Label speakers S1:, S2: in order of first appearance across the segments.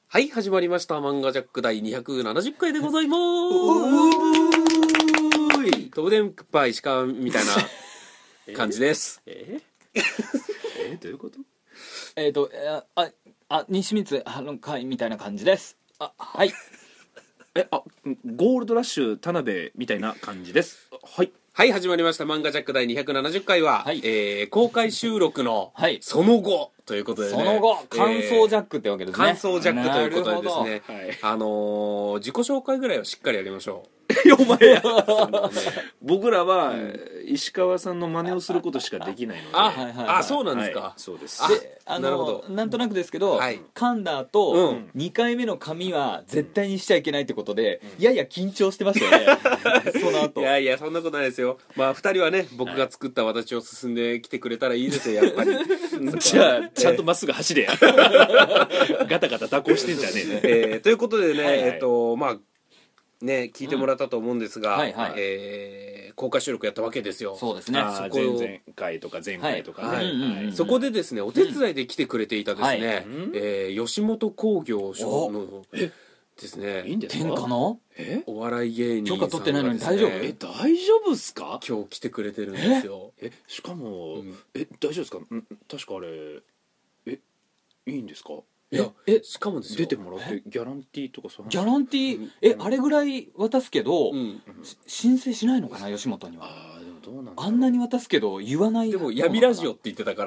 S1: はい、始まりました。漫画ジャック第270回でございまーす。トムデンパイ石川みたいな感じです。
S2: どういうこと？
S3: 西光会みたいな感じです。はい。
S2: ゴールドラッシュ田辺みたいな感じです。はい。
S1: はい、始まりました。漫画ジャック第270回は、
S3: はい、
S1: 公開収録のその後ということでね。
S3: その後、感想ジャックってわけですね。
S1: 感想ジャックということでですね。はい、自己紹介ぐらいはしっかりやりましょう。
S2: お前や僕らは石川さんの真似をすることしかできないので。
S1: そうなんですか。
S2: はい、そうです。
S3: で、
S1: なるほど。
S3: なんとなくですけど、
S1: はい、
S3: 噛んだ後、2回目の噛みは絶対にしちゃいけないってことで、やや緊張してましたよね。その後。
S1: いやそんなことないですよ。まあ2人はね、僕が作った私を進んできてくれたらいいですよ、やっぱり。
S2: じゃあちゃんとまっすぐ走れや。ガタガタ蛇行してんじゃねえ。
S1: ということでね、まあね、聞いてもらったと思うんですが、公開収録やったわけですよ。
S3: そうですね。
S2: 前々回とか前回とかね。
S1: そこでですね、お手伝いで来てくれていたですね、吉本興業所のですね、
S2: いいんですか？
S3: 天下の
S1: お笑い芸人さんがですね、
S3: 許可取ってないのに大丈夫？
S2: 大丈夫っすか？
S1: 今日来てくれてるんですよ。
S2: しかも、大丈夫ですか？確かあれいいんですか？
S1: しかもですよ、
S2: 出てもらってギャランティーとかそういう
S3: ギャランティー、あれぐらい渡すけど、申請しないのかな、吉本には。
S2: でもどうなんだろう。
S3: あんなに渡すけど言わない。
S1: でも闇ラジオって言ってたから、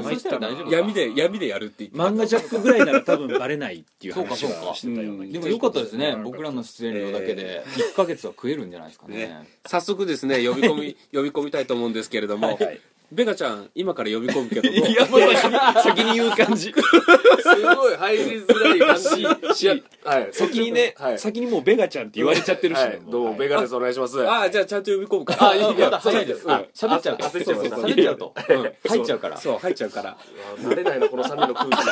S3: そしたら大丈夫。
S1: 闇でやるって言ってた。
S2: 漫画ジャックぐらいなら多分バレないっていう話をしてたような。
S3: でもよかったですね、僕らの出演料だけで1ヶ月は食えるんじゃないですかね。
S1: 早速ですね、呼び込みたいと思うんですけれども、ベガちゃん今から呼び込むけど、
S2: いやもう先に言う感じ。
S1: すごい入りづらい感じ。
S2: 先にもうベガちゃんって言われちゃってるし。
S4: どうもベガです、お願いします。
S1: じゃあちゃんと呼び込むから。
S3: まだ早いです。喋っちゃうから。喋っちゃうと入っちゃうから。
S1: そう、入っちゃうから。
S4: 慣れないなこの3人の空気。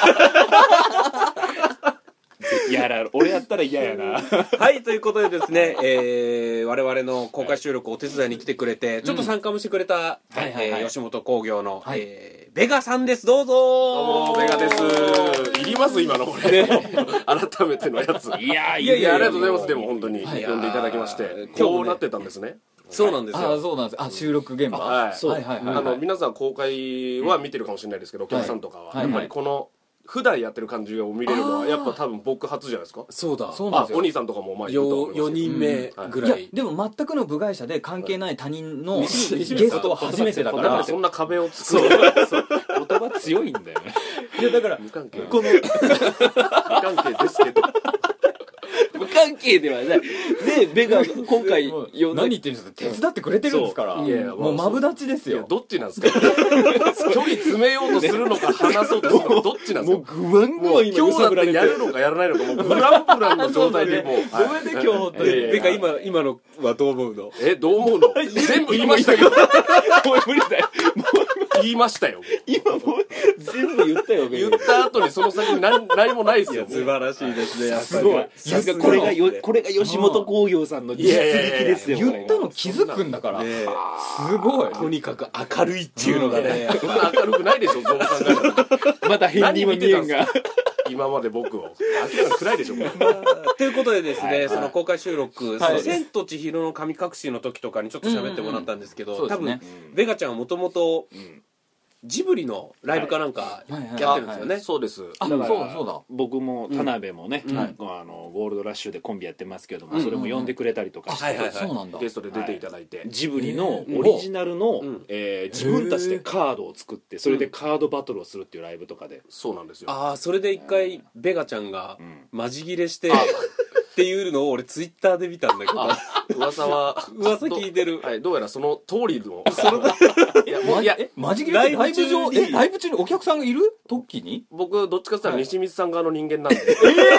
S2: 俺やったら嫌やな。
S1: はい、ということでですね、我々の公開収録お手伝いに来てくれて、ちょっと参加もしてくれた吉本興業のベガさんです。どうぞ。
S4: どうもベガです。いります今のこれ。改めてのやつ。いやありがとうございます。でも本当に呼んでいただきまして、こうなってたんですね。
S1: そうなんですよ。
S3: そうなんです。収録現場。
S4: はい。皆さん公開は見てるかもしれないですけど、お客さんとかはやっぱりこの普段やってる感じを見れるのはやっぱ多分僕初じゃないですか。
S1: そうだ。
S4: お兄さんとかも前
S1: 4人目ぐらい。
S3: でも全くの部外者で関係ない他人のゲストは初めてだから。
S4: そんな壁を作る。
S2: 言葉強いんだよね。
S3: いやだから
S4: 無関係。
S3: この
S4: 無関係ですけど。
S2: 無関係ではない。でベガ今回
S3: 何言ってるんですか。手伝ってくれてるんですから。もうマブダチですよ。
S4: どっちなんですか。距離詰めようとするのか話そうとするのかどっちなんですか。
S2: もうグワングワン
S4: 今日だってやるのかやらないのかもうブランブランの状態でもう。
S3: ごめんね今日本当に。
S1: ベガ今のはどう思うの？
S4: どう思うの？全部言いましたけど。
S2: もう無理だよ。
S4: 言いましたよ。
S2: 今もう全部言ったよ。
S4: 言った後にその先に何もないですよ。
S1: 素晴らしいですね。
S2: すごい。さすがこれが吉本興業さんの実力ですよ。
S3: 言ったの気づくんだから。すごい。
S1: とにかく明るいっていうのがね。
S4: そんな明るくないでしょ。そう考えたら。
S2: まだ変にも見えんが。
S4: 今まで僕を明らかに暗いでしょ。
S1: ということでですね、その公開収録、千と千尋の神隠しの時とかにちょっと喋ってもらったんですけど、多分ベガちゃんはもともとジブリのライブかなんかやってるんですよね。
S4: そうです。
S3: そうだ。
S2: 僕も田辺もね、ゴールドラッシュでコンビやってますけども、それも呼んでくれたりとかして、
S4: ゲストで出ていただいて、
S2: ジブリのオリジナルの自分たちでカードを作って、それでカードバトルをするっていうライブとかで。
S4: そうなんですよ。
S1: それで一回ベガちゃんがマジギレしてっていうのを俺ツイッターで見たんだけど、
S4: 噂
S1: 聞いてる。
S4: はい、どうやらその通りの。
S3: マジギレライブ中にお客さんがいる時に？
S4: 僕どっちかって言ったら西光さん側の人間なんで。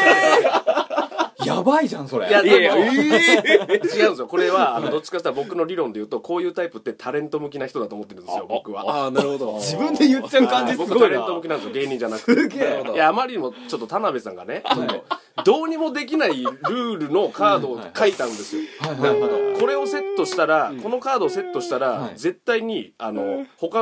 S3: やばいじゃんそれ。
S4: いや違うんですよ。これはどっちかって言ったら僕の理論で言うと、こういうタイプってタレント向きな人だと思ってるんですよ僕は。
S1: なるほど。
S3: 自分で言っちゃう感じすごいな。
S4: 僕タレント向きなんですよ、芸人じゃなくて。
S3: すげえ。
S4: いやあまりにもちょっと田辺さんがね、どうにもできないルールのカードを書いたんですよ。これをセットしたら、このカードをセットしたら絶対に他の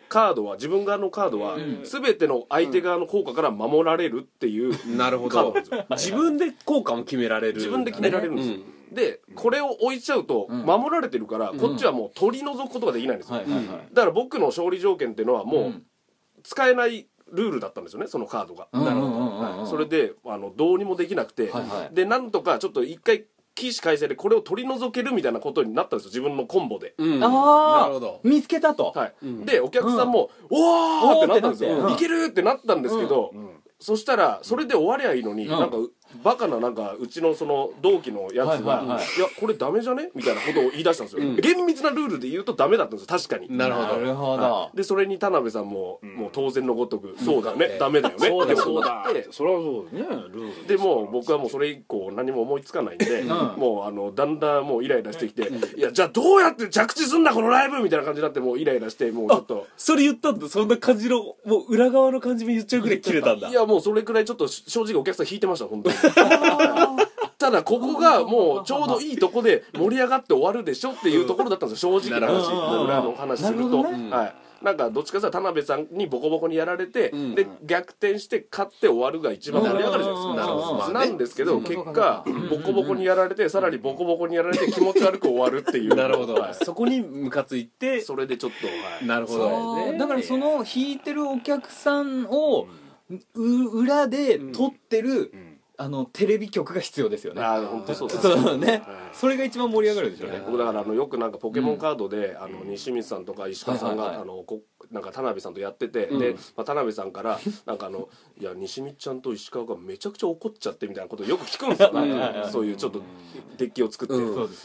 S4: カードは自分側のカードは全ての相手側の効果から守られるっていう
S1: なるほど。自分で効果も決められる。
S4: 自分で決められるんですよ。でこれを置いちゃうと守られてるからこっちはもう取り除くことができないんですよ。だから僕の勝利条件っていうのはもう使えないルールだったんですよね、そのカードが。なるほど。それでどうにもできなくて、でなんとかちょっと一回起死回生でこれを取り除けるみたいなことになったんですよ、自分のコンボで。
S3: ああ、なるほど。見つけたと。
S4: でお客さんも「おー!」ってなったんですよ。いけるってなったんですけど、そしたらそれで終わりゃいいのに、なんかバカななんかうちのその同期のやつが「いやこれダメじゃね?」みたいなことを言い出したんですよ。厳密なルールで言うとダメだったんですよ、確かに。
S1: なるほど。
S4: でそれに田辺さんももう当然のごとく「そうだね、ダメだよね」
S2: そうだそうだって、それはそうね、ルール
S4: でも僕はもうそれ以降何も思いつかないんで、もうだんだんもうイライラしてきて「いやじゃあどうやって着地すんだこのライブ!」みたいな感じになって、もうイライラしてもうちょっと。
S1: それ言ったんだ。そんな感じのもう裏側の感じも言っちゃうぐらい切れたんだ。
S4: いやもうそれくらいちょっと正直お客さん引いてました本当に。ただここがもうちょうどいいとこで盛り上がって終わるでしょっていうところだったんですよ、正直な話。裏の話すると、なんかどっちかというと田辺さんにボコボコにやられて、で逆転して勝って終わるが一番盛り上がるじゃないですか。なんですけど結果ボコボコにやられて、さらにボコボコにやられて気持ち悪く終わるっていう。
S1: なるほど。そこにムカついて、
S4: それでちょっと。
S1: なるほど。
S3: だからその弾いてるお客さんを裏で撮ってるテレビ局が必要ですよね。
S4: ああ本当そうです。
S3: そうね。それが一番盛り上がるでしょうね。
S4: 僕だからよくなんかポケモンカードで西光さんとか石川さんがなんか田辺さんとやってて、で田辺さんからなんかいや西光ちゃんと石川がめちゃくちゃ怒っちゃってみたいなことをよく聞くんですよ。そういうちょっとデッキを作って、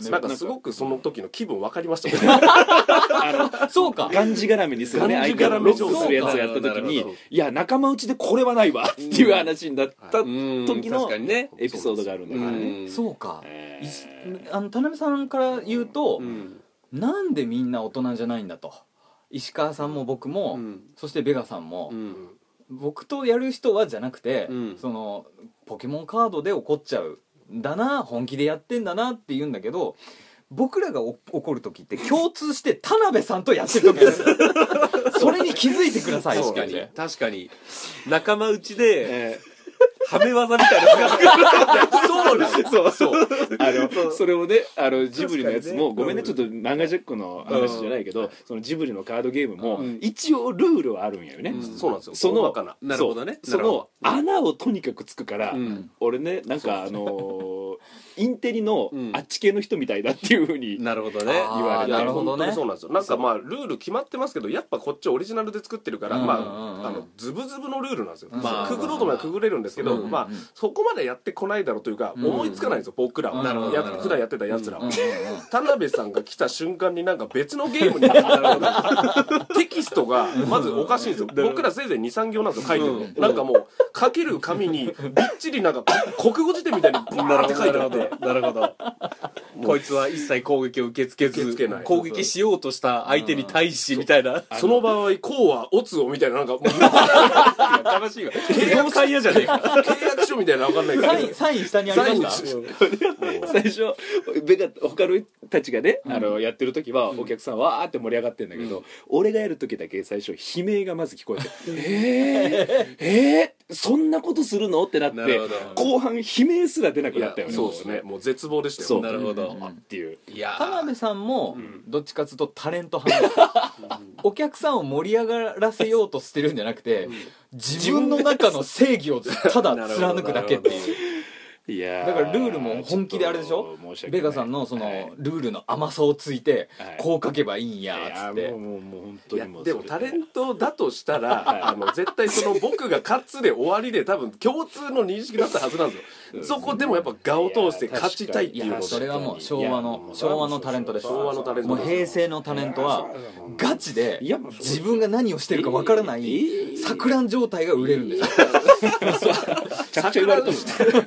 S4: なんかすごくその時の気分分かりましたね。
S3: そうか。
S2: がんじがらめにするね、相手がロックするやつをやった時に、いや仲間内でこれはないわっていう話になった時のエピソードがあるんだよね。
S3: そうか。田辺さんから言うと、なんでみんな大人じゃないんだと。石川さんも僕も、そしてベガさんも、僕とやる人はじゃなくて、そのポケモンカードで怒っちゃうんだな、本気でやってんだなって言うんだけど、僕らが怒る時って共通して田辺さんとやってる時ですよ。それに気づいてください。
S1: 確かに仲間内ではめ技みたいなのが
S2: そうなんそうそれをね、ジブリのやつもごめんね、ちょっと漫画ジャックの話じゃないけど、そのジブリのカードゲームも一応ルールはあるんやよね。
S4: そうなんですよ。
S2: その
S1: なるほどね。
S2: その穴をとにかくつくから、俺ねなんかインテリのあっち系の人みたいだっていうふうに
S1: なるほどね
S2: 言われて。
S3: なるほどね。
S4: そうなんですよ。なんかまあルール決まってますけど、やっぱこっちオリジナルで作ってるから、まあズブズブのルールなんですよ。くぐろうともくぐれるんですけど、まあそこまでやってこないだろうというか思いつかないんですよ、僕らは。普段やってたやつらは。田辺さんが来た瞬間になんか別のゲームにテキストがまずおかしいんですよ。僕らせいぜい 2,3 行なんですよ、書いてるの。なんかもう書ける紙にびっちりなんか国語辞典みたいにバーって書いてあって、
S1: なるほど。こいつは一切攻撃を受け付けず攻撃しようとした相手に対しみたいな。
S4: その場合こうはオツをみたいな、なんか
S1: 悲しいわ。契約会屋じゃねえか。
S4: 契約書みたいなの分かんないけど
S3: サイン下にありました。
S2: 最初他のたちがねやってる時はお客さんわーって盛り上がってんだけど、俺がやる時だけ最初悲鳴がまず聞こえてそんなことするのってなって、後半悲鳴すら出なくなったよね。
S4: そうですね、もう絶望でしたよ。
S1: なるほど
S2: っていう。
S3: 田辺さんもどっちかというとタレント派お客さんを盛り上がらせようとしてるんじゃなくて、自分の中の正義をただ貫くだけっていう。
S2: いや
S3: だからルールも本気であれでしょ。ベガさんのそのルールの甘さをついてこう書けばいいんやっつって。
S2: もう本当にもう
S4: でもタレントだとしたら絶対その僕が勝つで終わりで多分共通の認識だったはずなんですよ。そこでもやっぱ我を通して勝ちたいっていうので、
S3: それはもう昭和のタレントです。
S4: 昭和のタレント
S3: もう平成のタレントはガチで自分が何をしてるかわからない錯乱状態が売れるんですよ。
S2: ちゃくちゃ言われてる。ちゃくちゃ言わ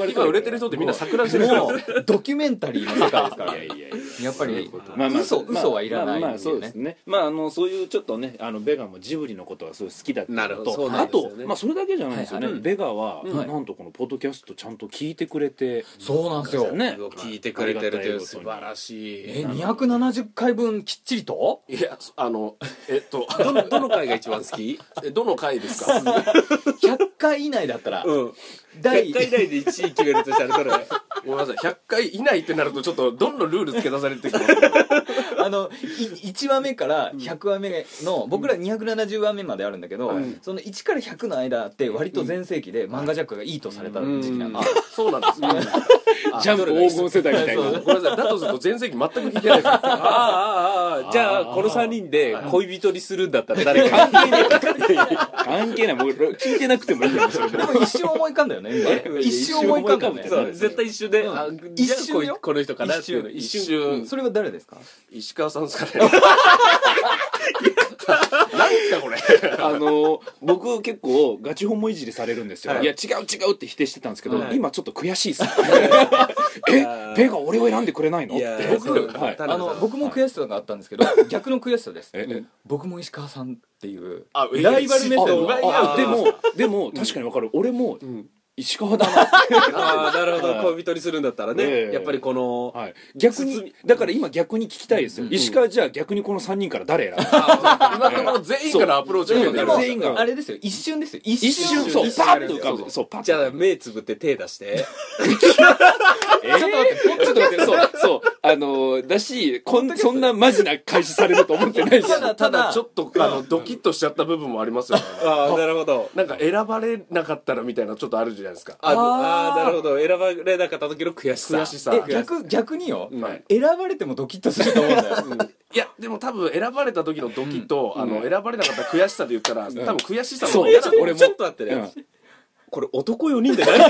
S4: 今売れてる人ってみんな桜してる
S3: もうドキュメンタリーの世界ですから
S2: いやいや
S3: やっぱり
S2: 嘘
S3: はいらないんで
S2: そうですね。そういうちょっとねベガもジブリのことがすごい好きだったのと、あとそれだけじゃないですよね。ベガはなんとこのポッドキャストちゃんと聞いてくれて、
S3: そうなんですよ
S2: ね。
S1: 聞いてくれてるという素晴らしい。
S3: 270回分きっちりと？
S4: いや
S1: どの回が一番好き？
S4: どの回ですか
S3: ？100回以内だったら、
S1: 100回以内で1位決めるとしたらどれ？
S4: ごめんなさい、100回以内ってなるとちょっとどんどんルール付け出されてきます
S3: 1話目から100話目の僕ら270話目まであるんだけど、その1から100の間って割と全盛期で漫画ジャックがいいとされた時期なんで、
S4: そうなんですね
S2: ジャンプ黄金世代みたいな。
S4: ごめんなさい、だとすると全盛期全く聞いてないです。
S1: じゃあこの3人で恋人にするんだったら誰か
S2: 関係ない、もう聞いてなくてもいいよ。それでも
S3: 一瞬思い浮かんだよね。一瞬思い浮かんだよね。
S1: 絶対一瞬で一瞬よ、この人かなっていうの
S4: 一瞬。
S3: それは誰ですか？
S4: 石川さんですかね。何ですかこれ。
S2: 僕結構ガチホモいじりされるんですよ。いや違うって否定してたんですけど、今ちょっと悔しいっす。ベガ俺を選んでくれないのって。
S3: 僕も悔しさがあったんですけど、逆の悔しさです。僕も石川さんっていうライバル目線を。
S2: でも確かに分かる。俺も石川だな。
S1: なるほど、恋人にするんだったらね、やっぱりこの
S2: 逆にだから今逆に聞きたいですよ。石川じゃあ逆にこの3人から誰選ぶ？
S4: 今のところ全員からアプローチ
S3: でも全員があれですよ、一瞬ですよ。一瞬
S2: そうパッと浮かぶ。そうパッと。
S1: じゃあ目つぶって手出して。
S2: ちょっと待って、そうだし、そんなマジな開始されると思ってないし。
S4: ただちょっとドキッとしちゃった部分もありますよね。
S1: なるほど。
S4: なんか選ばれなかったらみたいなちょっとあるじゃないですか。
S1: なるほど、選ばれなかった時の悔しさ。
S3: 逆によ、選ばれてもドキッとすると思うんだよ。
S4: いやでも多分選ばれた時のドキッと選ばれなかった悔しさで言ったら多分悔しさの方が嫌だと思う。
S1: 俺ちょっと待ってね。これ男4人で何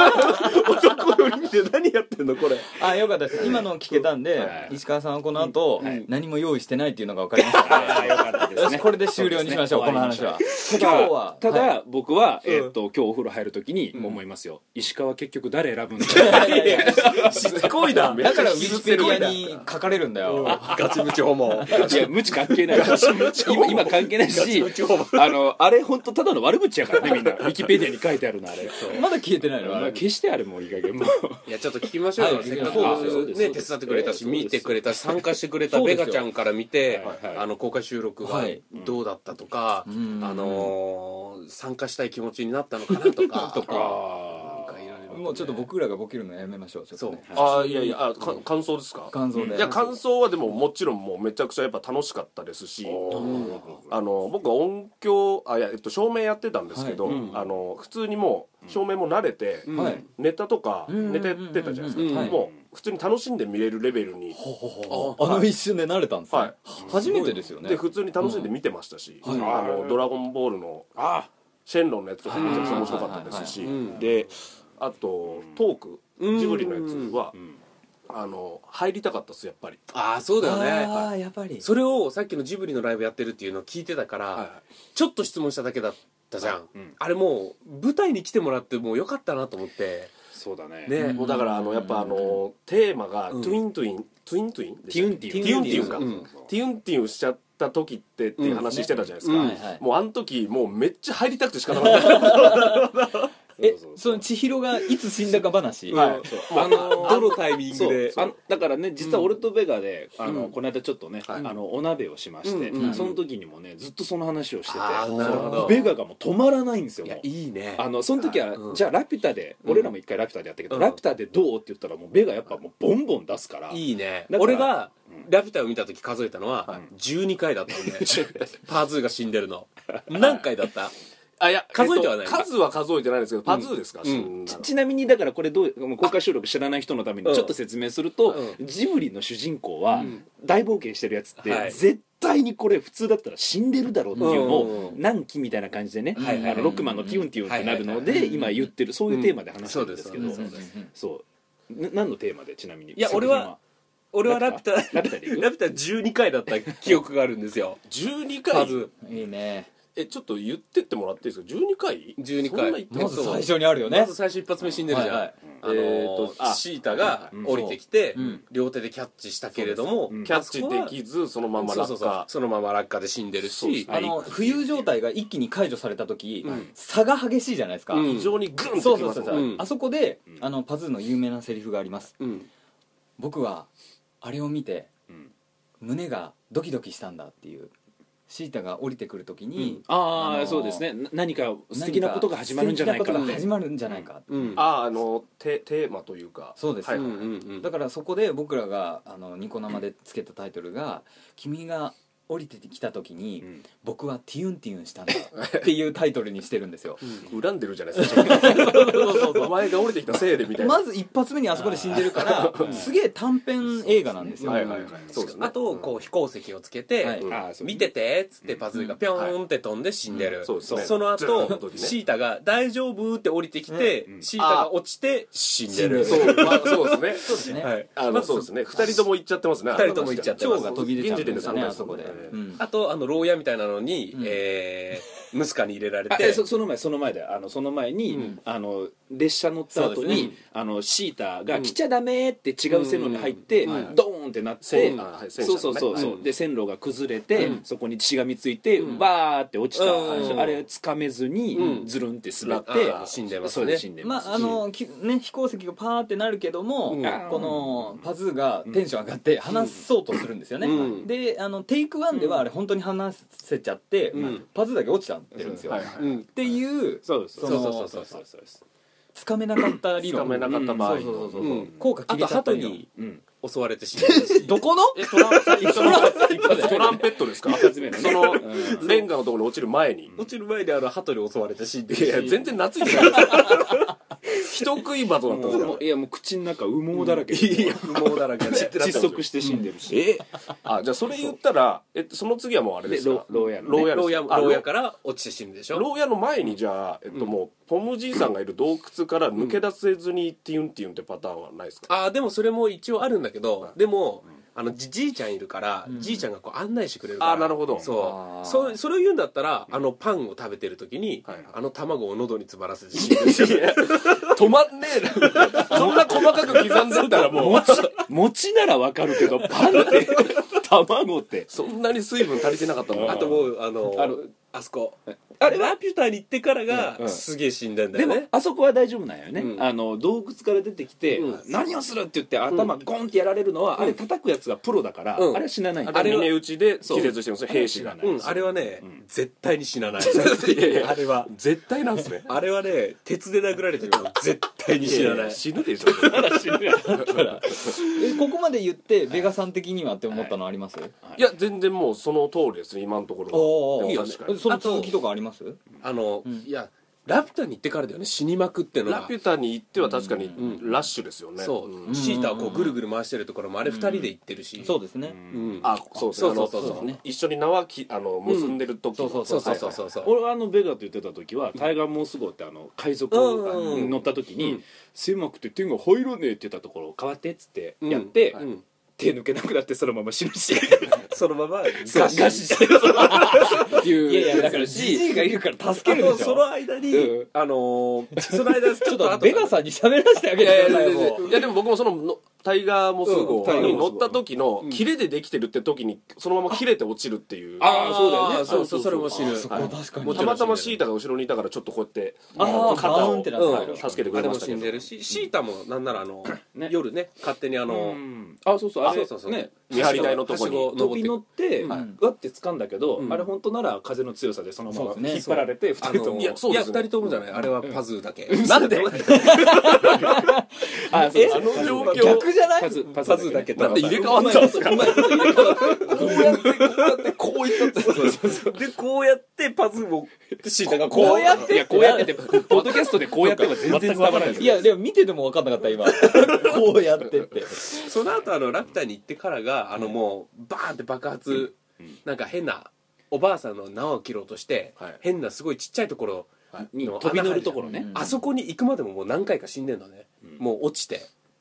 S1: やってんのこれ。
S3: よかったです。今の聞けたんで、石川さんはこの後何も用意してないっていうのが分かりました。
S2: よかったですね。
S3: これで終了にしましょう、この話は。
S2: ただ僕は今日お風呂入る時に思いますよ。石川結局誰選ぶんだ。
S1: しつこいな。
S3: だからウィキペディアに書かれるんだよ。
S1: ガチムチホモ。
S2: いやムチ関係ない。今関係ないし、あれ本当ただの悪口やからね、みんなウィキペディアに書いてある。
S3: まだ消えてないの？
S2: 消してあれもういい加減もう。
S1: いやちょっと聞きましょうよ。せっかくね手伝ってくれたし見てくれたし参加してくれたベガちゃんから見て公開収録がどうだったとか、参加したい気持ちになったのかなとか。
S3: もうちょっと僕らがボケるのやめましょう。
S1: そう。
S4: いやいや感想ですか？
S3: 感想で。
S4: いや感想はでももちろんもうめちゃくちゃやっぱ楽しかったですし、僕は音響照明やってたんですけど、普通にもう照明も慣れてネタとかネタやってたじゃないですか。もう普通に楽しんで見れるレベルに
S3: 一瞬で慣れたんですね。初めてですよね。
S4: で普通に楽しんで見てましたし、ドラゴンボールのシェンロンのやつとかめちゃくちゃ面白かったですし、であとトークジブリのやつは入りたかったっすやっぱり。
S1: そうだよね。
S3: やっぱり
S1: それをさっきのジブリのライブやってるっていうのを聞いてたからちょっと質問しただけだったじゃん。あれもう舞台に来てもらってもうよかったなと思って。
S2: そうだね。
S4: もうだからやっぱテーマがトゥインティウンティウンしちゃった時っていう話してたじゃないですか。もうあの時もうめっちゃ入りたくて仕方なかった。
S3: その千尋がいつ死んだか話。
S1: どのタイミングで。
S2: だからね実は俺とベガでこの間ちょっとねお鍋をしまして、その時にもねずっとその話をしてて、ベガがもう止まらないんですよ。
S1: いいね。
S2: その時はじゃあラピュタで俺らも一回ラピュタでやったけどラピュタでどうって言ったらもうベガやっぱもうボンボン出すから。
S1: いいね。俺がラピュタを見た時数えたのは12回だったんで、パーズーが死んでるの何回だった？
S4: いや
S1: 数えてはない。
S4: 数は数えてないんですけどパズーですか？
S2: ちなみにだからこれ公開収録知らない人のためにちょっと説明すると、ジブリの主人公は大冒険してるやつって絶対にこれ普通だったら死んでるだろうっていうのを何期みたいな感じでね、ロックマンのティウンティウンってなるので今言ってるそういうテーマで話してるんですけど、そう何のテーマでちなみに？
S1: いや俺はラピュタ12回だった記憶があるんですよ。
S4: 12回？
S3: いいね。
S4: ちょっと言ってってもらっていいですか。12回
S1: 12
S4: そんな
S1: 回
S3: まず最初にあるよね。
S1: まず最初一発目死んでるじゃん、
S3: はい
S1: シータが降りてきて、
S3: うん
S1: 両手でキャッチしたけれども、
S4: キャッチできずそのまま落
S1: そうそうそう
S4: 下。
S1: そのまま落下で死んでるし、
S3: 浮遊状態が一気に解除された時、差が激しいじゃないですか、
S1: うん
S4: 非常にグンって
S3: そう
S4: きますね。
S3: そうそうそう、
S1: うん
S3: あそこでパズーの有名なセリフがあります。
S1: うん
S3: 僕はあれを見て
S2: うん
S3: 胸がドキドキしたんだっていう、シータが降りてくる時に、
S2: ああそうですね。何か素敵なことが始まるんじゃないか
S3: 素敵なこと
S2: って
S3: が始まるんじゃないか、
S1: うん
S4: テーマというか。
S3: そうです、
S4: はい
S1: うんうんうん
S3: だからそこで僕らがニコ生でつけたタイトルが「君が降りてきた時に、
S2: ん
S3: 僕はティユンティユンしたんだ」っていうタイトルにしてるんですよ。
S4: 恨んでるじゃないですか。お前が降りてきたせいでみたいな。
S3: まず一発目にあそこで死んでるからすげえ短編映画なんですよ。
S4: はいはいはい。そうですね。
S1: あとこう飛行石をつけて、
S3: はい
S2: あーそう
S1: 見ててっつってパズーがピョーンって飛んで死んでる、
S4: そうですね
S1: その
S4: ずーっと
S1: 後
S4: ね
S1: シータが大丈夫って降りてきて、シータが落ちて死んでる、
S4: そうまあそうですね。
S3: そうですね、
S1: はい、
S4: そうですね。2人とも行っちゃってますね。
S1: 二人とも行っちゃってます
S3: 蝶が飛び出ちゃうんですよね、
S4: 現時点で3回
S3: あそこで、うん
S1: あと牢屋みたいなのに、ムスカに入れられて
S2: その前でその前に、列車乗った後に、シータが来ちゃダメって違う線路に入って、ドーンってなって、
S4: 線
S2: そうそうそうそう、で線路が崩れて、そこにしがみついて、バーって落ちた、あれつかめずに、ズルンって滑って、
S1: 死んでますね。
S2: それで死んでます。
S3: 飛行石がパーってなるけども、このパズーがテンション上がって話そうとするんですよね、でテイク1ではあれ本当に話せちゃって、パズーだけ落ちちゃってるんですよ、っていう
S2: そうそう
S3: つかめなかった理論、
S4: つかめなかった場合
S3: そう
S1: うん
S3: 効果切
S1: あと
S3: れちゃった理論。
S1: 鳩に襲われて死んでるし
S3: どこの
S4: トランペットですか。そのレンガのところに落ちる前に。
S1: 落ちる前で鳩に襲われて死んで
S4: いや
S1: るし、
S4: 全然懐いてないですよ。人食い鳩だったんですよ。
S2: いやもう口の中羽毛だらけ
S1: 不毛だらけで
S2: 窒息して死んでるし、
S4: じゃあそれ言ったらその次はもうあれですか。
S2: 牢屋のね
S1: 牢
S4: 牢屋ですか。
S1: 屋から落ちて死ぬでしょ。
S4: 牢屋の前にじゃあもうポムじいさんがいる洞窟から抜け出せずにティユンティユンってパターンはないですか。
S1: でもそれも一応あるんだけど、でもじいちゃんいるから、じいちゃんがこう案内してくれるから。
S4: なるほど。
S1: それを言うんだったらパンを食べてる時に卵を喉に詰まらせて死んでる
S4: 止まんねえな。そんな細かく刻んでったらもう
S2: 餅ならわかるけどパンって卵って
S4: そんなに水分足りてなかったの。
S1: あともうあそこラピュタに行ってからがすげえ死んでんだ
S2: でも
S1: よね。
S2: あそこは大丈夫なんよね、
S1: うん
S2: 洞窟から出てきて、何をするって言って頭ゴンってやられるのは、あれ叩くやつがプロだから、あれは死なないんだ
S4: あれ峰打ちで気絶してるんですよ、兵士が。
S1: あれはね絶対に死なない。
S4: いやいや
S1: あれは
S4: 絶対なんですね。
S1: あれはね鉄で殴られても絶対に死なない。
S4: 死ぬでしょ。
S2: 死ぬやん
S3: ここまで言ってベガさん的にはって思ったのあります？
S4: いや全然もうその通りですね、今のところは。でも確かに
S3: その続きとかあります？
S1: いやラピュタに行ってからだよね、死にまくってのは。
S4: ラピュタに行っては確かにラッシュですよね。
S1: そうシータをこうぐるぐる回してるところもあれ2人で行ってるし。
S3: そうですね。
S4: そうですね。
S1: そう
S4: 一緒に縄結んでる時。
S1: そう
S2: 俺はベガと言ってた時はタイガーモース号って海賊に乗った時に狭くて手が入らねえって言ったところを変わってっつってやって手抜けなくなってそのまま死ぬし
S1: そのまま
S2: 餓死してるっていう。
S3: いやいやだから GG がいるから助けるでしょ。
S1: その間にその間
S3: ちょっとベガさんに喋らせてあげてください。もう
S4: いやでも僕もそのタイガーモス号に乗った時の切れでできてるって時にそのまま切れて落ちるっていう。
S2: そうだよね。
S1: そうそれも死ぬ。
S3: 確かに。
S4: たまたまシータが後ろにいたからちょっとこうやって
S3: 肩を
S4: 助けてくれましたけど。
S1: 死んでるし、シータもなんなら夜ね勝手に
S2: そうそうあれね
S4: 見張り台のとこに
S2: 飛び乗ってわって掴んだけど、あれ本当なら風の強さでそのまま引っ張られて2人とも。
S1: いや2人ともじゃない、あれはパズーだけ。
S4: なんで
S2: あの
S4: 状況
S3: 逆じゃない？
S2: パズーだけ
S4: なんで入れ替わったんですか。こうやってこういった
S1: でこうやってパズーもシータが
S3: こうやって
S2: いやこうやっててポッドキャストでこうやっては全然伝わらない。
S3: いやでも見てても分かんなかった今。こうやってって。
S1: その後ラピュタに行ってからがもうバーンって爆発、なんか変なおばあさんの縄を切ろうとして変なすごいちっちゃいところ
S2: に飛び乗るところね。
S1: あそこに行くまでももう何回か死んでんのね。もう落ちて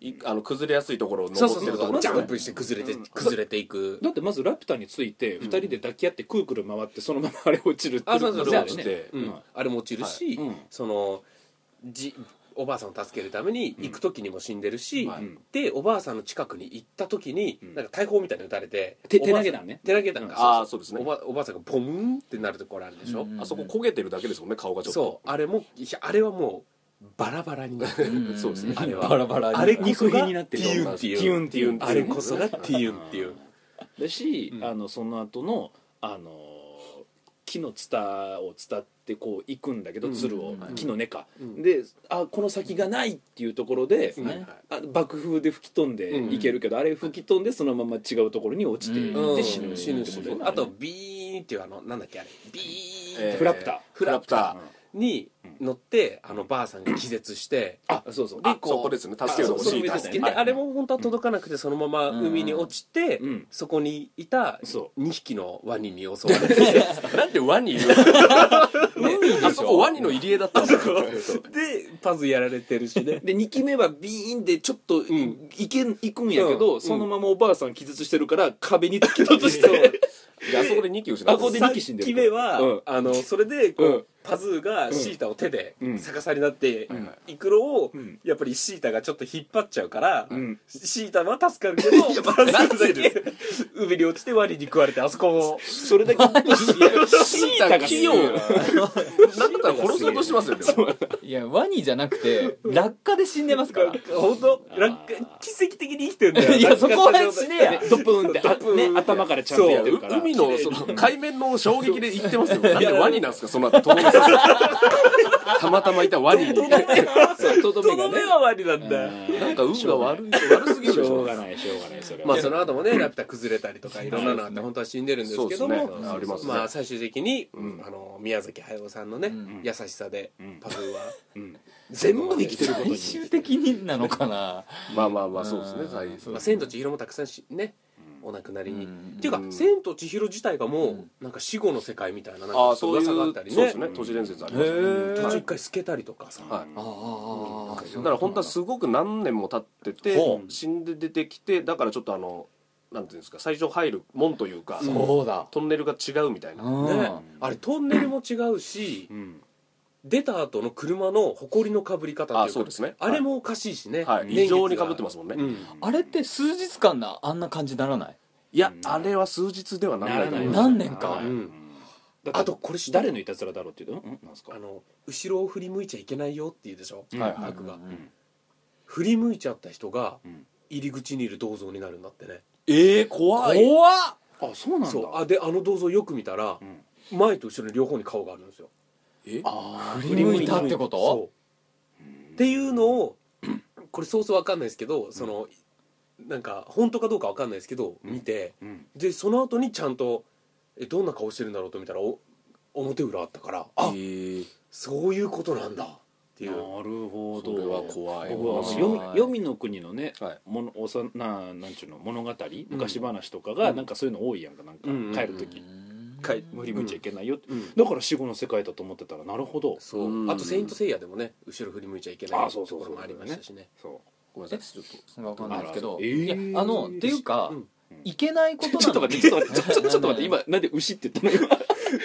S4: 崩れやすいところを
S1: そうそう
S4: 登ってるところ
S1: ジャンプして崩れていく。
S2: だってまずラピュタについて2人で抱き合ってくるくる回ってそのままあれ落ちるっていう
S1: そうそうそう
S2: あれね
S1: あれも落ちるし、そのおばあさんを助けるために行く時にも死んでるし、でおばあさんの近くに行った時になんか大砲みたいに撃たれて
S2: 手投げ弾ね
S1: 手投げ弾
S4: がそうですね。
S1: おばあさんがポンってなるところあるでしょ。
S4: あそこ焦げてるだけですもんね、顔がちょっと。
S1: そうあれはもうバラバラになってる。そうですね。あれは
S3: バラバラに
S1: あれこそが
S2: 肉片になってる
S1: ティユンっていう
S2: ティユンっていう
S1: あれこそがティユンっていう
S2: だし、その後の木のツタを伝ってこう行くんだけど、鶴を木の根か、でこの先がないっていうところで、爆風で吹き飛んでいけるけど、あれ吹き飛んでそのまま違うところに落ちていって死ぬってことね。
S1: あとビーンっていうなんだっけあれビーン
S2: フラプタ
S1: ーに乗ってばあさんが気絶して
S2: そうそう
S4: そこですね、助けを欲しい
S1: 助けてあれも本当は届かなくてそのまま海に落ちてそこにいた2匹のワニに襲われて
S4: なんでワニいるあそこワニの入り江だったんですよ。
S1: でパズやられてるしね。
S2: で2機目はビーンでちょっと行くんやけど、そのままおばあさん気絶してるから壁に突き落として
S4: あそこで2機失った。
S1: 3機目はそれでこうパズーがシータを手で逆さになっていくのをやっぱりシータがちょっと引っ張っちゃうからシータは助かるけどパズーだけ海に落ちてワニに食われてあそこも
S2: それだけシ
S4: ータが器用なんだったら殺そうとしてますよね。
S3: いやワニじゃなくて落下で死んでますから
S1: 本当奇跡的に生きてんだよ。
S3: いやそこは死ねや
S2: ドプーンって頭からちゃんとやってるから
S4: 海のその海面の衝撃で行ってますよ。なんでワニなんですかその後たまたまいたワニにとどめ
S1: はワニなんだ。
S4: なんか運が悪すぎるでしょ。
S2: しょうがないそれは。
S1: まあその後もねラピュタ崩れたりとかいろんなのあって本当は死んでるんですけども、まあ最終的に宮崎駿さんのね優しさでパズーは
S2: 全部生きてることに
S3: 最終的になのかな。
S4: まあそうですね。
S1: 千と千尋もたくさんねお亡くなりにっていうか千と千尋自体がもうなんか死後の世界みたいななんか噂があったりね。
S4: そうですね、都市伝説ありますね。
S1: 途中一回透けたりとかさ、
S4: だから本当はすごく何年も経ってて死んで出てきて、だからちょっとなんていうんですか、最初入る門というか
S3: そうだ
S4: トンネルが違うみたいな
S1: ね。あれトンネルも違うし出た後の車の埃のかぶり方っていうかあれもおかしいしね。
S4: 異常にかぶってますもんね。
S3: あれって数日間であんな感じにならない？
S4: いやあれは数日ではならない。
S3: 何年か。
S1: あとこれ
S2: 誰のいたずらだろうっていうのなんですか。
S1: 後ろを振り向いちゃいけないよって言うでしょ悪が。振り向いちゃった人が入り口にいる銅像になるんだってね。
S4: 怖い。
S2: あそうなんだ。
S1: で銅像よく見たら前と後ろに両方に顔があるんですよ。
S3: 振り向いたってこと？
S1: そうっていうのをこれソースわかんないですけどなんか本当かどうかわかんないですけど見てでその後にちゃんとどんな顔してるんだろうと見たら表裏あったからそういうことなんだっていう。
S2: なるほど。
S4: それは怖い。
S2: 黄泉の国のねなんちゅうの物語昔話とかがなんかそういうの多いやんか。なんか帰る時振り向いちゃいけないよだから死後の世界だと思ってたらなるほど。
S1: あとセイントセイヤでもね後ろ振り向いちゃいけないところもありましたしね。
S4: ごめんなさいちょっと
S3: 分かんないですけどっていうかいけないこと
S2: ちょっと待ってちょっと待って今なんで牛って言ったの？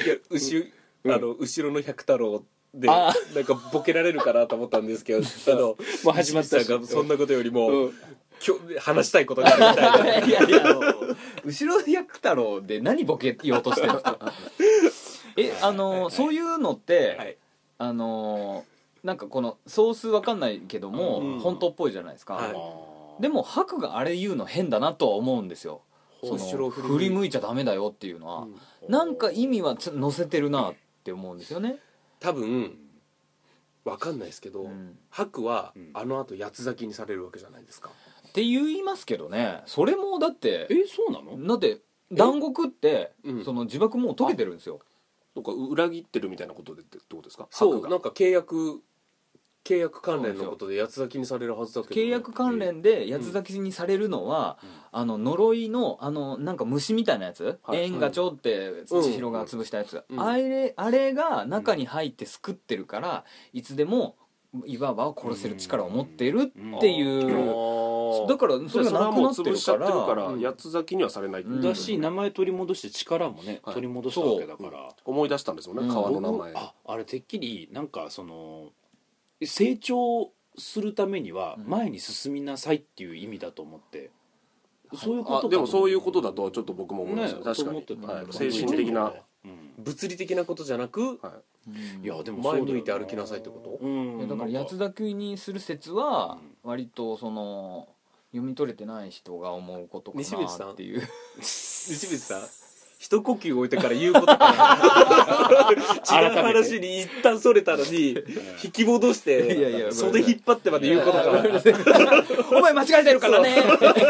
S1: 後ろの百太郎でなんかボケられるかなと思ったんですけど
S2: もう始まったし
S1: そんなことよりも今日話したいことがあるみたいな。
S3: いや後ろ百太郎で何ボケ言おうとしてるんですか？そういうのってなんかこのソースわかんないけども本当っぽいじゃないですか。でもハクがあれ言うの変だなとは思うんですよ。振り向いちゃダメだよっていうのはなんか意味は載せてるなって思うんですよね。
S1: 多分わかんないですけどハクはあの後八つ咲きにされるわけじゃないですか
S3: って言いますけどね。それもだって
S2: そうなの？
S3: だって南国ってその呪縛もう解けてるんですよ。
S4: なんか裏切ってるみたいなことでってことですか？
S1: そうなんか契約関連のことで八つ咲きにされるはずだけど、
S3: 契約関連で八つ咲きにされるのは、呪いのなんか虫みたいなやつ、エンガチョって千尋が潰したやつ、あれが中に入って救ってるからいつでも岩場を殺せる力を持っているっていう、だからそれがなくなってるから
S4: 八つ咲きにはされない
S2: だし、名前取り戻して力もね取り戻したわけだから、
S4: 思い出したんですもんね、川の名前。
S2: あれてっきりなんかその成長するためには前に進みなさいっていう意味だと思って、そういうことか。
S4: でもそういうことだとちょっと僕も思いました。確かに精神的な
S1: 物理的なことじゃなく、
S2: いやでも
S1: 前向いて歩きなさいってこと。
S3: だから八つ咲きにする説は割とその読み取れてない人が思うことかなっていう。
S1: 西口さん一呼吸置いてから言うことから違う話に一旦それたのに引き戻して袖引っ張ってまで言うことから
S3: お前間違えてるからね。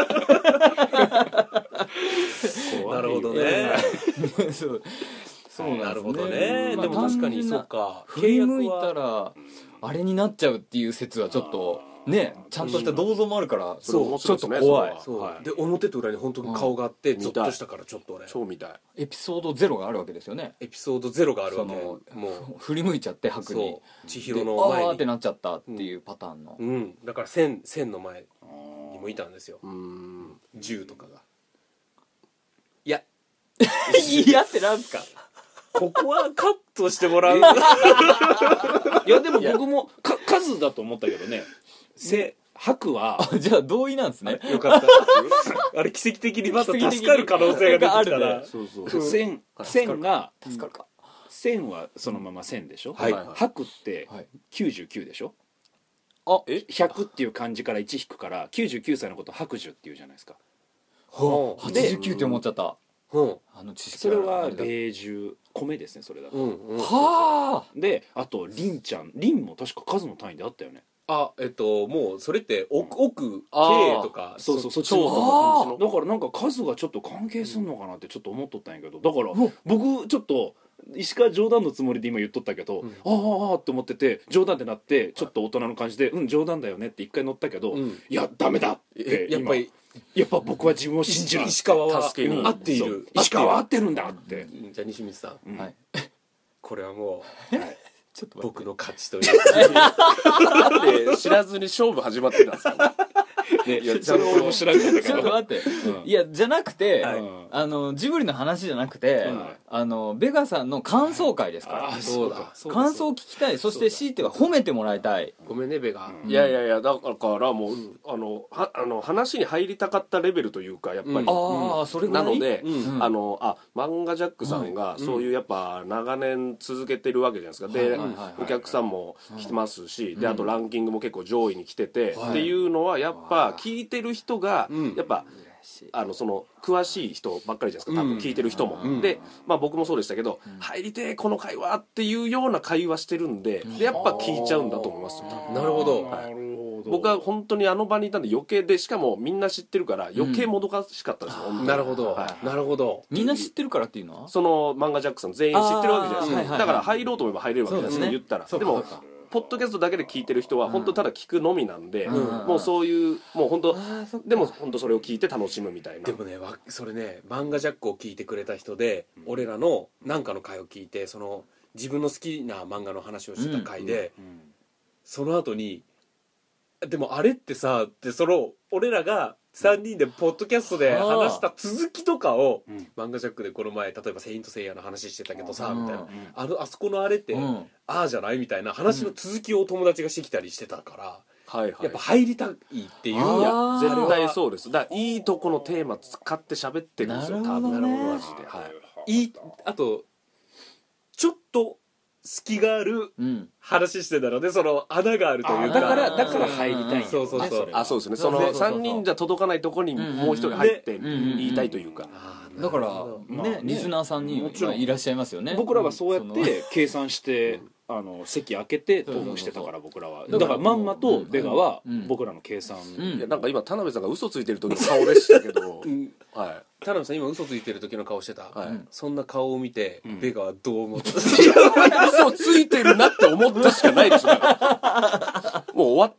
S1: なるほどね。
S3: そう
S1: なるほどね。でも確かにそうか、
S3: 振り向いたらあれになっちゃうっていう説はちょっとね、ちゃんとした銅像もあるからちょっと怖い。
S1: で表と裏に本当に顔があってゾッとしたからちょっと俺
S4: 超見たい。
S3: エピソード0があるわけですよね。
S1: エピソード0があるわけ。
S3: もう振り向いちゃって白に
S1: 千尋の前に
S3: あーってなっちゃったっていうパターンの。
S1: だから線の前にもいたんですよ。銃とかが。いやってなんすか。ここはカットしてもらう。い
S2: やでも僕も数だと思ったけどね。白は
S3: じゃあ同意なんですね。
S1: よかった。あれ奇跡的にまた助かる可能性が出てきたら。
S2: 線が
S3: 助かるか。
S2: 線はそのまま線でしょ。白って99でしょ。100っていう漢字から1引くから99歳のこと白寿っていうじゃないですか。
S3: 89って思っちゃった。
S2: それは米寿米ですね。それだと。
S3: はあ。
S2: であと凛ちゃん、凛も確か数の単位であったよね。
S1: もうそれって奥 K とか
S2: そうそっちのだからなんか数がちょっと関係すんのかなってちょっと思っとったんやけど、だから僕ちょっと石川冗談のつもりで今言っとったけど、ああって思ってて冗談ってなってちょっと大人の感じで冗談だよねって一回乗ったけど、いやダメだってやっぱ僕は自分を信じる。
S1: 石川は
S2: 助けに
S1: 合っている。
S2: 石川は合ってるんだって。
S1: じゃあ西光さん、これはもう
S3: ちょっと
S1: 僕の勝ちという。
S4: なんで知らずに勝負始まってたんですか。
S2: いやそれを面白いんだけど。
S3: ちょっと待って、いやじゃなくて、ジブリの話じゃなくて、ベガさんの感想会ですから。
S1: そうだ。
S3: 感想を聞きたい。そして強いては褒めてもらいたい。
S1: ごめんねベガ。
S4: いやだからもう話に入りたかったレベルというかやっぱり。
S3: それぐらい。
S4: なので漫画ジャックさんがそういうやっぱ長年続けてるわけじゃないですか。でお客さんも来てますし、であとランキングも結構上位に来ててっていうのはやっぱ聞いてる人がやっぱその詳しい人ばっかりじゃないですか、多分聞いてる人も。で僕もそうでしたけど、入りてこの会話っていうような会話してるんでやっぱ聞いちゃうんだと思いますよ。
S1: なるほど。
S4: 僕は本当にあの場にいたんで余計で、しかもみんな知ってるから余計もどかしかったですよ。
S1: なるほどなるほど。
S3: みんな知ってるからっていうのは
S4: その漫画ジャックさん全員知ってるわけじゃないですか。だから入ろうと思えば入れるわけですね、言ったら。でもポッドキャストだけで聞いてる人は本当ただ聞くのみなんで、もうそういうもう本当でも本当それを聞いて楽しむみたいな。
S1: でもねそれね、漫画ジャックを聞いてくれた人で、俺らのなんかの回を聞いてその自分の好きな漫画の話をしてた回で、その後にでもあれってさってその俺らが3人でポッドキャストで話した続きとかを、漫画ジャックでこの前例えばセイントセイヤの話してたけどさみたいな、あそこのあれって、ああじゃないみたいな話の続きを友達がしてきたりしてたから、やっぱ入りたいっていう。い
S4: や絶対そうです。だからいいとこのテーマ使って喋ってるんですよ多分。マジで。
S1: あとちょっと隙がある話してたので、その穴があるというか、
S2: だから入りたいん
S1: そうそうそう。
S4: そうですね。その3人じゃ届かないとこにもう一人入って言いたいというか。
S3: だからね、リスナーさんにいらっしゃいますよね。
S2: 僕らはそうやって計算して席開けてトークしてたから、僕らは。だからまんまとベガは僕らの計算。
S4: いやなんか今田辺さんが嘘ついてる時の顔でしたけど、
S1: 田辺さん今嘘ついてる時の顔してた。そんな顔を見てベガはどう思った？
S4: 嘘ついてるなって思ったしかないでしょ。もう終わって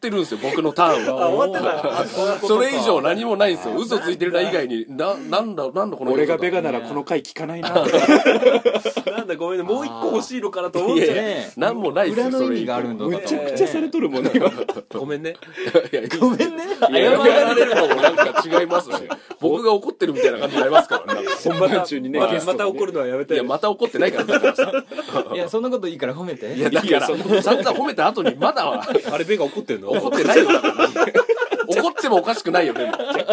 S4: ってるんですよ僕のターンは。
S1: 終わってた。
S4: それ以上何もないんですよ。嘘ついてるな以外になんだこの
S2: 俺がベガならこの回聞かないな。
S1: なんだごめんね、もう一個欲しいのかなと思っちゃう。
S4: なんもないですよ。
S3: 裏の意味があるんだ。
S2: むちゃくちゃされとるもんね今。
S1: ごめんね。
S3: ごめんね。
S4: 謝られるのもなんか違いますし、僕が怒ってるみたいな感じになりますからね。
S2: 本番中にね。
S1: また怒るのはやめて。
S4: いやまた怒ってないからだからさ。
S3: いやそんなこといいから褒めて。
S4: いやだから散々褒めた後にまだは
S1: あれベガ怒ってんの？
S4: 怒ってないよ。怒ってもおかしくないよでも。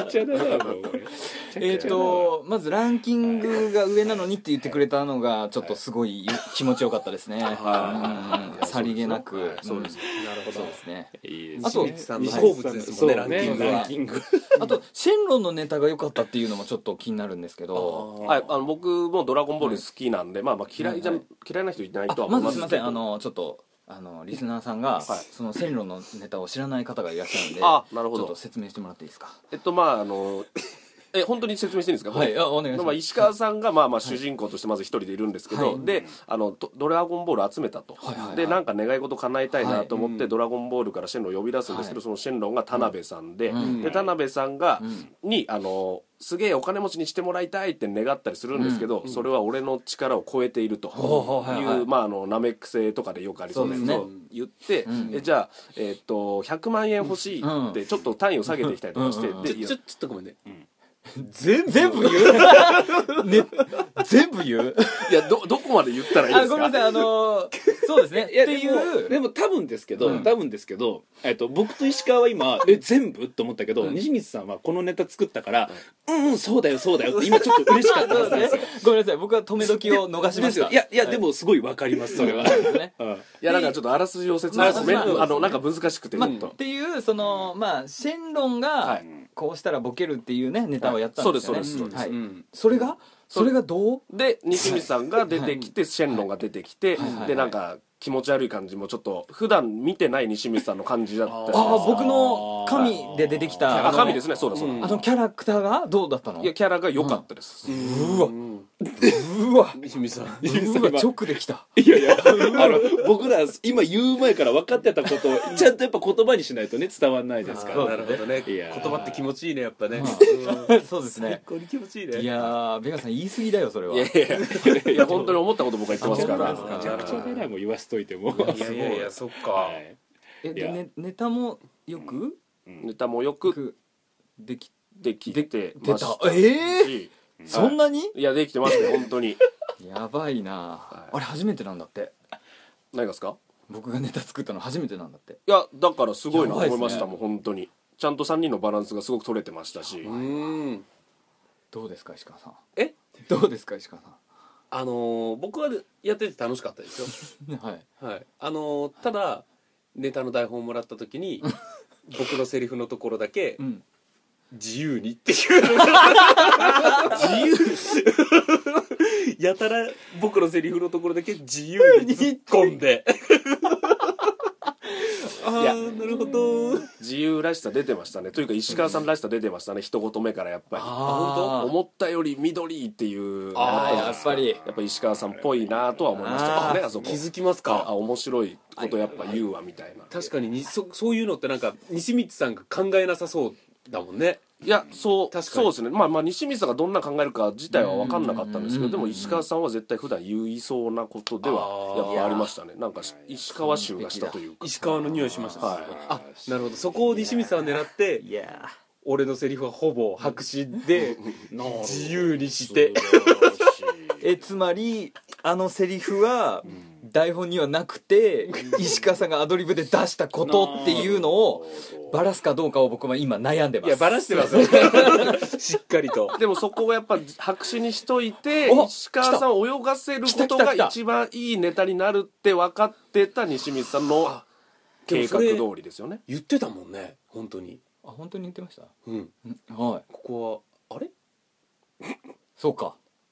S3: まずランキングが上なのにって言ってくれたのがちょっとすごい気持ちよかったですね。さりげなく。
S1: そうです。なるほど。
S3: そうですね。
S1: あとさんの好物ですもんね、ランキングは。
S3: あとシェンロンのネタが良かったっていうのもちょっと気になるんですけど。
S4: はい、僕もドラゴンボール好きなんで、まあ嫌いな人いないとは思い
S3: ま
S4: ますけど。
S3: ずすみません、ちょっとリスナーさんがその線路のネタを知らない方がいらっしゃるんで、
S4: なるほど。
S3: ちょっと説明してもらっていいですか。
S4: 本当に説明していいんですか。
S3: はい、お願いします。
S4: 石川さんが主人公としてまず一人でいるんですけど、でドラゴンボール集めたと、でなんか願い事叶えたいなと思ってドラゴンボールからシェンロンを呼び出すんですけど、そのシェンロンが田辺さんで、田辺さんがにすげえお金持ちにしてもらいたいって願ったりするんですけど、それは俺の力を超えているというナメック星とかでよくありそうなやつを言って、じゃあ100万円欲しいってちょっと単位を下げていきたりとかして、
S1: ちょっとごめんね。
S3: 全部言う全部言う。
S4: いやどこまで言ったらいいですか。
S3: ごめんなさい、そうですね。
S2: いやでも多分ですけど、僕と石川は今全部と思ったけど、西光さんはこのネタ作ったからそうだよって今ちょっと嬉しかったはずなんですよ。
S3: ごめんなさい、僕は止め時を逃しました。
S2: いやでもすごいわかりますそれは。
S4: いやなんかちょっとあらすじを説明するとなんか難しくて
S3: っていうシェンロンがこうしたらボケるっていうねネタをやったんですよね。
S4: そうです。
S3: それがどう
S4: で西光さんが出てきてシェンロンが出てきて、でなんか気持ち悪い感じもちょっと普段見てない西光さんの感じだったし、
S3: 僕の神で出てきた
S4: 神ですね。そうだ
S3: キャラクターがどうだったの。
S4: いやキャラが良かったです。
S3: うわ
S1: 西光さん
S3: 直できた。
S2: いや僕ら今言う前から分かってたことをちゃんとやっぱ言葉にしないとね伝わんないですから。
S1: なるほどね。言葉って気持ちいいねやっぱね。
S3: そうですね。
S1: 最高に気持ちいいね。
S3: いやベガさん言い過ぎだよそれは。
S4: いや本当に思ったこと僕は言ってますから。
S2: めちゃくちゃねもう言わしといても。
S1: いやそっか。
S3: でネタもよくでき
S4: て
S3: ました。そんなに。
S4: いやできてますね本当に。
S3: やばいな。あれ初めてなんだって。
S4: 何ですか。
S3: 僕がネタ作ったの初めてなんだって。
S4: いやだからすごいなと思いましたもん本当に。ちゃんと3人のバランスがすごく取れてましたし。
S3: どうですか石川さん。
S1: ど
S3: うですか石川さん。
S1: 僕はやってて楽しかったですよ。はい。ただネタの台本をもらった時に僕のセリフのところだけ自由にっていうやたら僕のセリフのところだけ自由に突っ込んで
S4: いや
S1: なるほど。
S4: 自由らしさ出てましたね。というか石川さんらしさ出てましたね。一言目からやっぱり
S1: 本当
S4: 思ったより緑っていう
S3: やっぱり
S4: 石川さんっぽいなとは思いましたね。あそこ
S1: 気づきますか。
S4: 面白いことやっぱ言うわみたいな。
S1: 確かにそういうのってなんか西光さんが考えなさそうだもんね。
S4: いやそうですね。西光さんがどんな考えるか自体は分かんなかったんですけど、でも石川さんは絶対普段言いそうなことではやっぱありましたね。なんか石川臭がしたというか
S1: 石川の匂いしました。なるほど。そこを西光さんは狙って俺のセリフはほぼ白紙で自由にして
S3: つまりセリフは台本にはなくて石川さんがアドリブで出したことっていうのをバラすかどうかを僕は今悩んでます。
S1: いやバラしてますよしっかりと。
S4: でもそこをやっぱ白紙にしといて石川さんを泳がせることが一番いいネタになるって分かってた西光さんの計画通りですよね。
S1: 言ってたもんね本当に。
S3: 本当に言ってました。
S1: はい。
S3: こ
S1: ここはあれ
S3: そうか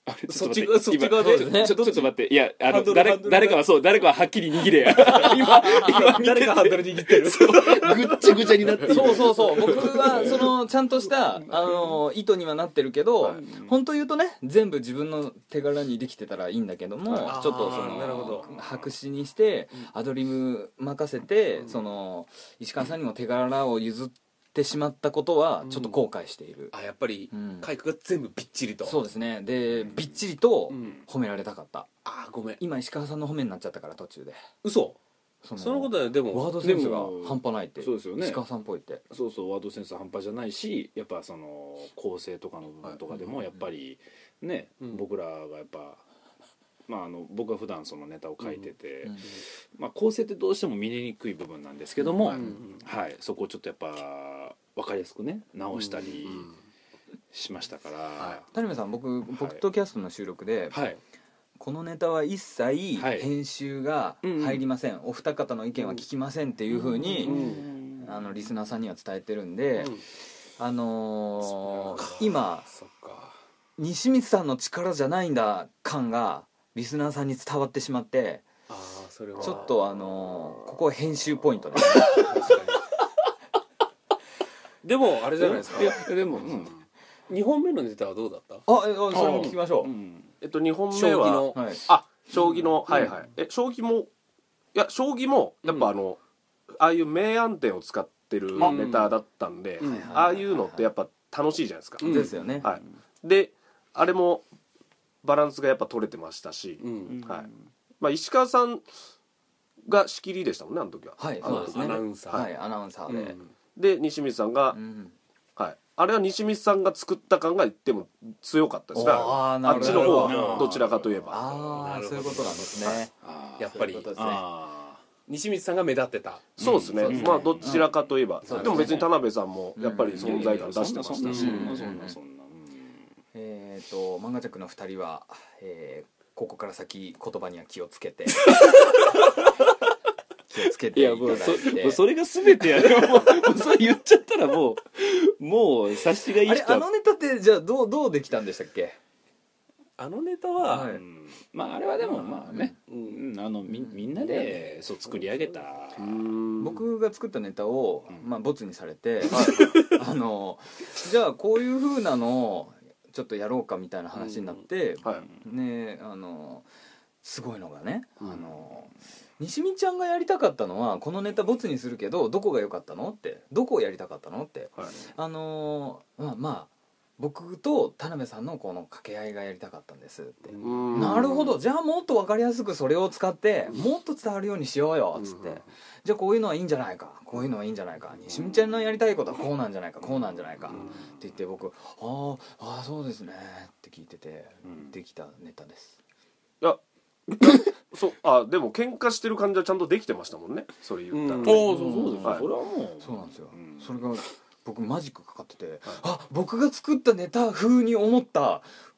S1: そっち側で
S2: ちょっと待って、いや
S1: ハンドル
S2: 誰かははっきり握れや今
S1: 誰がハンドル握ってる
S2: ぐっちゃぐちゃになってる。
S3: そう僕はそのちゃんとした糸にはなってるけど、本当言うとね全部自分の手柄にできてたらいいんだけども、ちょっとそ
S1: なるほど
S3: の白紙にしてアドリブ任せて、その石川さんにも手柄を譲ってしまったことはちょっと後悔している。
S1: やっぱり海君が全部びっちりと。
S3: そうですね。でびっちりと褒められたかった。
S1: ごめん、
S3: 今石川さんの褒めになっちゃったから途中で。
S1: 嘘。そのことはでも
S3: ワードセンスが半端ないって。
S2: そうですよね、
S3: 石川さんっぽいって。
S2: そうワードセンス半端じゃないし、やっぱその構成とかの部分とかでもやっぱりね、僕らがやっぱ僕は普段そのネタを書いてて、構成ってどうしても見えにくい部分なんですけども、そこをちょっとやっぱ分かりやすくね直したりしましたから。
S3: 田辺さん、僕ポッドキャストの収録で、このネタは一切編集が入りません、お二方の意見は聞きませんっていう風にリスナーさんには伝えてるんで、今西光さんの力じゃないんだ感がリスナーさんに伝わってしまって、
S1: それは
S3: ちょっとここは編集ポイントです
S1: でもあれじゃないですか。
S2: いやでも、
S1: 2本目のネタはどうだった？
S3: それも聞きましょう。
S4: 2本目は将棋の将棋も将棋もやっぱああいう明暗点を使ってるネタだったんで、ああいうのってやっぱ楽しいじゃないですか。
S3: ですよね。
S4: であれもバランスがやっぱ取れてましたし、石川さんが仕切りでしたもんね、あの時は。
S3: そうですね。
S1: アナウンサー。
S3: アナウンサー
S4: で西光さんがあれは西光さんが作った感がでも強かったですね。あっちの方はどちらかといえば。
S3: そういうことなんですね。
S1: やっぱり西光さんが目立ってた。
S4: そうですね。どちらかといえば。でも別に田辺さんもやっぱり存在感出してましたし。
S3: 漫画ジャックの2人はここから先言葉には気をつけて気をつけていただいて。
S2: もうそれが全てやる。もうそれ言っちゃったらもう察しがいい人。
S3: あのネタってじゃあどうできたんでしたっけ？
S1: あのネタは、
S2: あれはでもみんなで作り上げた。
S3: 僕が作ったネタをボツにされて、じゃあこういう風なのをちょっとやろうかみたいな話になって、ね、すごいのがね、西見ちゃんがやりたかったのはこのネタボツにするけどどこが良かったのって、どこをやりたかったのって、僕と田辺さんのこの掛け合いがやりたかったんですって。なるほど、じゃあもっと分かりやすくそれを使ってもっと伝わるようにしようよっつって、じゃあこういうのはいいんじゃないか、こういうのはいいんじゃないか、西見ちゃんのやりたいことはこうなんじゃないか、こうなんじゃないかって言って、僕そうですねって聞いててできたネタです。
S4: いやでも喧嘩してる感じはちゃんとできてましたもんね、それ言ったら。
S2: そうです。それはもう
S3: そうなんですよ。それが僕マジックかかってて、僕が作ったネタ風に思った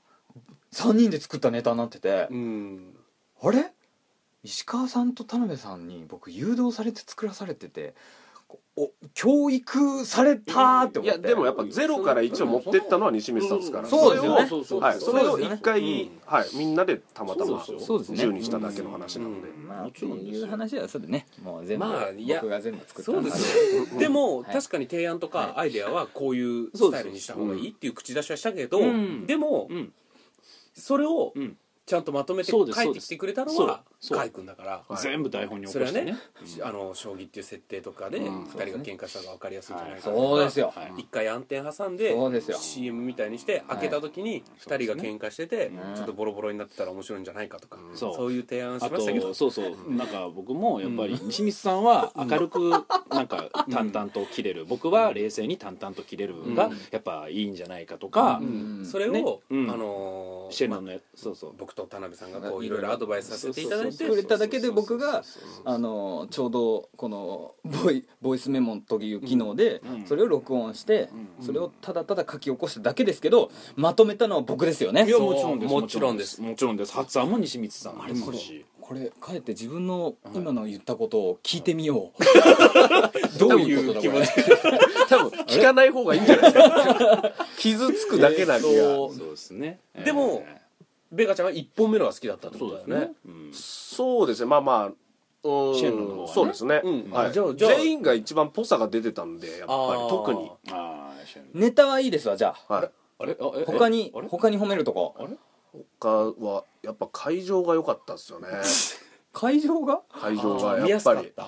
S3: 3人で作ったネタになってて、あれ石川さんと田辺さんに僕誘導されて作らされてて、教育されたって思って。
S4: いやでもやっぱ0から1を持ってったのは西光さんですから、
S3: そうですよね。
S4: それを1回みんなでたまたま10にしただけの話なので、
S3: そういう話はそれでね、もう全部僕が全部作った。
S1: そうですよ。でも確かに提案とかアイデアはこういうスタイルにした方がいいっていう口出しはしたけど、でもそれをちゃんとまとめて書いてきてくれたのは海君だから、
S2: 全部台本に起こしてね。
S1: 将棋っていう設定とかで2人が喧嘩したのが分かりやすいんじゃないか
S3: そうですよ。
S1: 一回暗転挟んで CM みたいにして開けた時に2人が喧嘩しててちょっとボロボロになってたら面白いんじゃないかとか、そういう提案しましたけど、
S2: なんか僕もやっぱり西光さんは明るくなんか淡々と切れる、僕は冷静に淡々と切れるがやっぱいいんじゃないかとか、
S1: それを
S2: シェンロンの
S1: 僕と田辺さんがこういろいろアドバイスさせていただいて
S3: くれただけで、僕がちょうどこのボイスメモという機能でそれを録音してそれをただただ書き起こしただけですけど、まとめたのは僕ですよね。
S2: いやもちろんです、
S1: もちろんです、
S2: もちろんです。発案も西光さん。あれ
S3: これ帰って自分の今の言ったことを聞いてみよう。どういう気持ち？
S4: 多分聞かない方がいいんじゃないですか。傷つくだけなんで。
S2: そうですね。
S1: でもベガちゃんが1本目のが好きだったってことだよね。
S4: そうですね、まあまあ
S2: シェンロンの方はね
S4: そうですね、はい、
S1: じゃあ
S4: 全員が一番ぽさが出てたんでやっぱり特に
S3: ネタはいいですわ。じゃあ、
S4: はい、
S3: 他に褒めるとこ。
S4: 他はやっぱ会場が良かったですよね。
S3: 会場が
S4: やっぱりはい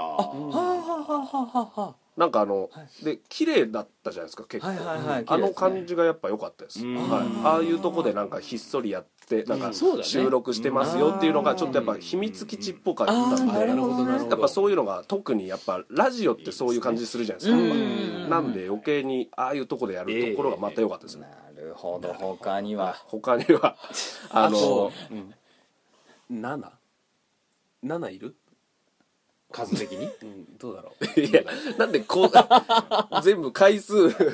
S4: なんかで綺麗だったじゃないですか結構、あの感じがやっぱ良かったです、ああいうとこでなんかひっそりやってなんか収録してますよっていうのがちょっとやっぱ秘密基地っぽかったんで、やっぱそういうのが特にやっぱラジオってそういう感じするじゃないですか。なんで余計にああいうとこでやるところがまた良かったですね。
S3: なるほど。他には
S1: 7いる
S2: 数的に
S1: どうだろう。
S4: いやなんでこう全部回数個数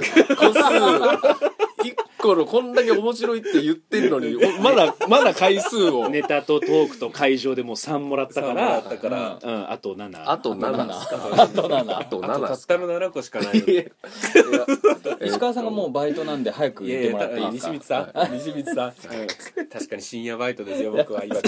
S4: 1個のこんだけ面白いって言ってるのにまだ回数を
S2: ネタとトークと会場でもう3もらったからあと7
S4: あと7
S3: あと7
S1: たったの7個しかないよ。
S3: 石川さんがもうバイトなんで早く言ってもらっていいですか。
S1: 西光さん確かに深夜バイトですよ僕は今から。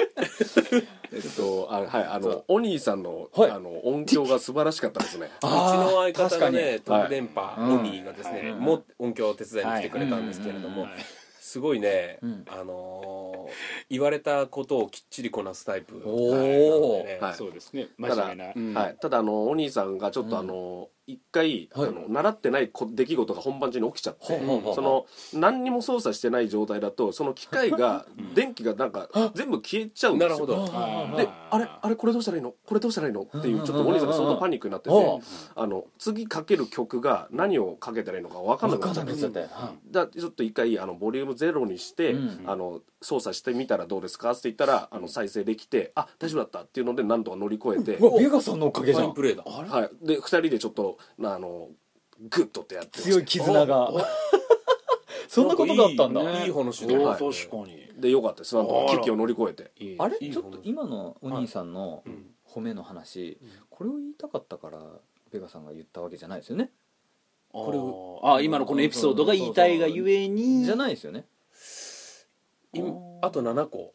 S4: お兄さんの音響が素晴らしかったですね。
S1: うちの相方がね特電波お兄がですねも音響を手伝いに来てくれたんですけれども、すごいね言われたことをきっちりこなすタイプなのでね。
S2: そうですね、真面目な。
S4: ただお兄さんがちょっと一回習ってない出来事が本番中に起きちゃって、その何にも操作してない状態だとその機械が電気がなんか全部消えちゃうんですよ。であれこれどうしたらいいのこれどうしたらいいのっていうちょっとお兄さんが相当パニックになってて、次かける曲が何をかけたらいいのか分かんなくなっちゃって、ちょっと一回ボリュームゼロにして操作してみたらどうですかって言ったら再生できて大丈夫だったっていうので何とか乗り越えて、
S3: ベガさんのおかげじゃん。
S1: プレーだ。
S4: はい、で2人でちょっとグッとってやって
S3: 強い絆がそんなことがあったんだ。
S1: いい話で。
S2: 確かに。
S4: でよかったです。なんと危機を乗り越えて。
S3: あれちょっと今のお兄さんの褒めの話、これを言いたかったからベガさんが言ったわけじゃないですよね。
S2: これ今のこのエピソードが言いたいがゆえに
S3: じゃないですよね。
S1: あと7個。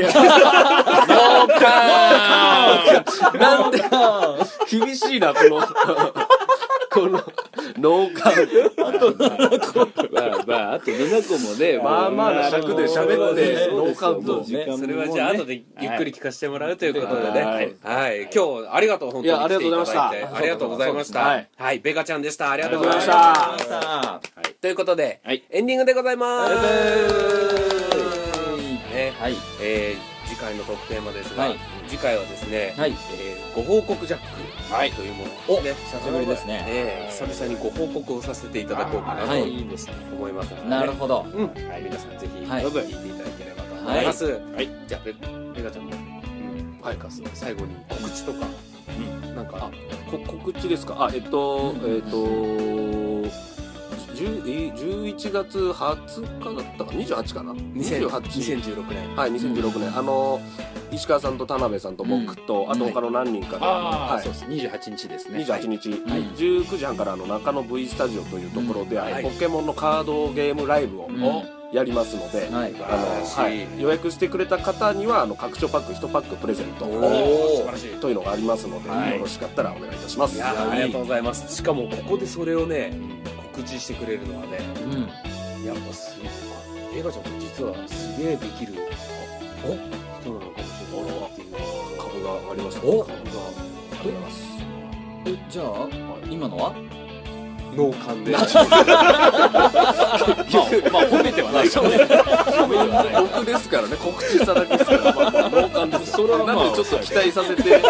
S4: なんで厳しいなこの脳幹。
S2: あと7個もね、
S4: まあまあな尺で喋って脳幹と
S1: それはじゃあ後でゆっくり聞かせてもらうということでね。はい、今日ありがとう本当に来ていただいてありがとうございました。はい、ベガちゃんでした。ありがとうございました。ということでエンディングでございます。はい、次回のトークテーマですが、次回はですね、ご報告ジャックというものをですね、
S3: 久しぶりですね。
S1: 久々にご報告をさせていただこうかなと思いますので、
S3: なるほど。
S1: 皆さんぜひ聞いていただければと思います。じゃあベガちゃんの最後に告知とかなんか
S4: 告知ですか。11月20日だったか28かな
S1: 2016年
S4: はい2016年石川さんと田辺さんと僕とあと他の何人かで
S2: そうです28日ですね。
S4: 28日19時半から中野 V スタジオというところでポケモンのカードゲームライブをやりますので予約してくれた方には拡張パック1パックプレゼントというのがありますのでよろしかったらお願いいたします。
S1: ありがとうございます。しかもここでそれをね告知してくれるのはね、やっぱベガちゃんって実はすげえできる人なのかもしれないっていう
S4: 株がありました。
S1: 株がありがとうございます。
S3: じゃあ今のは
S1: 脳幹で
S2: まあ褒めてはないですよね。
S4: 僕ですからね告知しただけですから脳幹です。それはなんでちょっと期待させてね。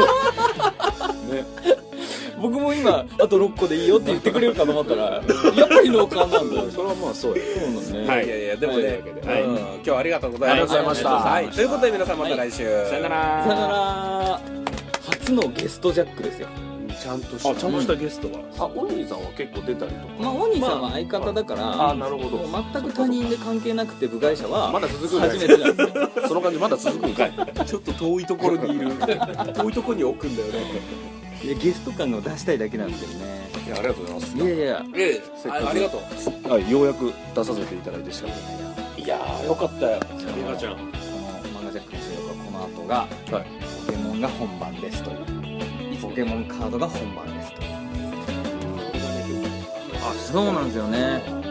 S3: 僕も今あと6個でいいよって言ってくれるかと思ったらやっぱり脳幹なんだ。
S2: それはまあそうです。
S3: そうなんね。
S1: いやでもね今日はありがとうございました。ということで皆さんまた来週
S2: さよなら。
S3: さよなら。初のゲストジャックですよ。
S1: ちゃんとしたゲストは
S4: お兄さんは結構出たりとか。
S3: まあお兄さんは相方だから
S4: なるほど
S3: 全く他人で関係なくて部外者は
S4: まだ続くん
S3: 初めてなんですよ。
S4: その感じまだ続くんかい。
S1: ちょっと遠いところにいる遠いところに置くんだよね。
S3: いやゲスト感を出したいだけなんですけどね。
S4: いやありがとうございます。
S3: いや
S1: ありがとう。
S4: ようやく出させていただいてしかも
S1: いやーよかったよベガちゃん。
S3: この漫画ジャックの収録はこの後が、ポケモンが本番ですというポケモンカードが本番ですという。あ、そうなんですよね。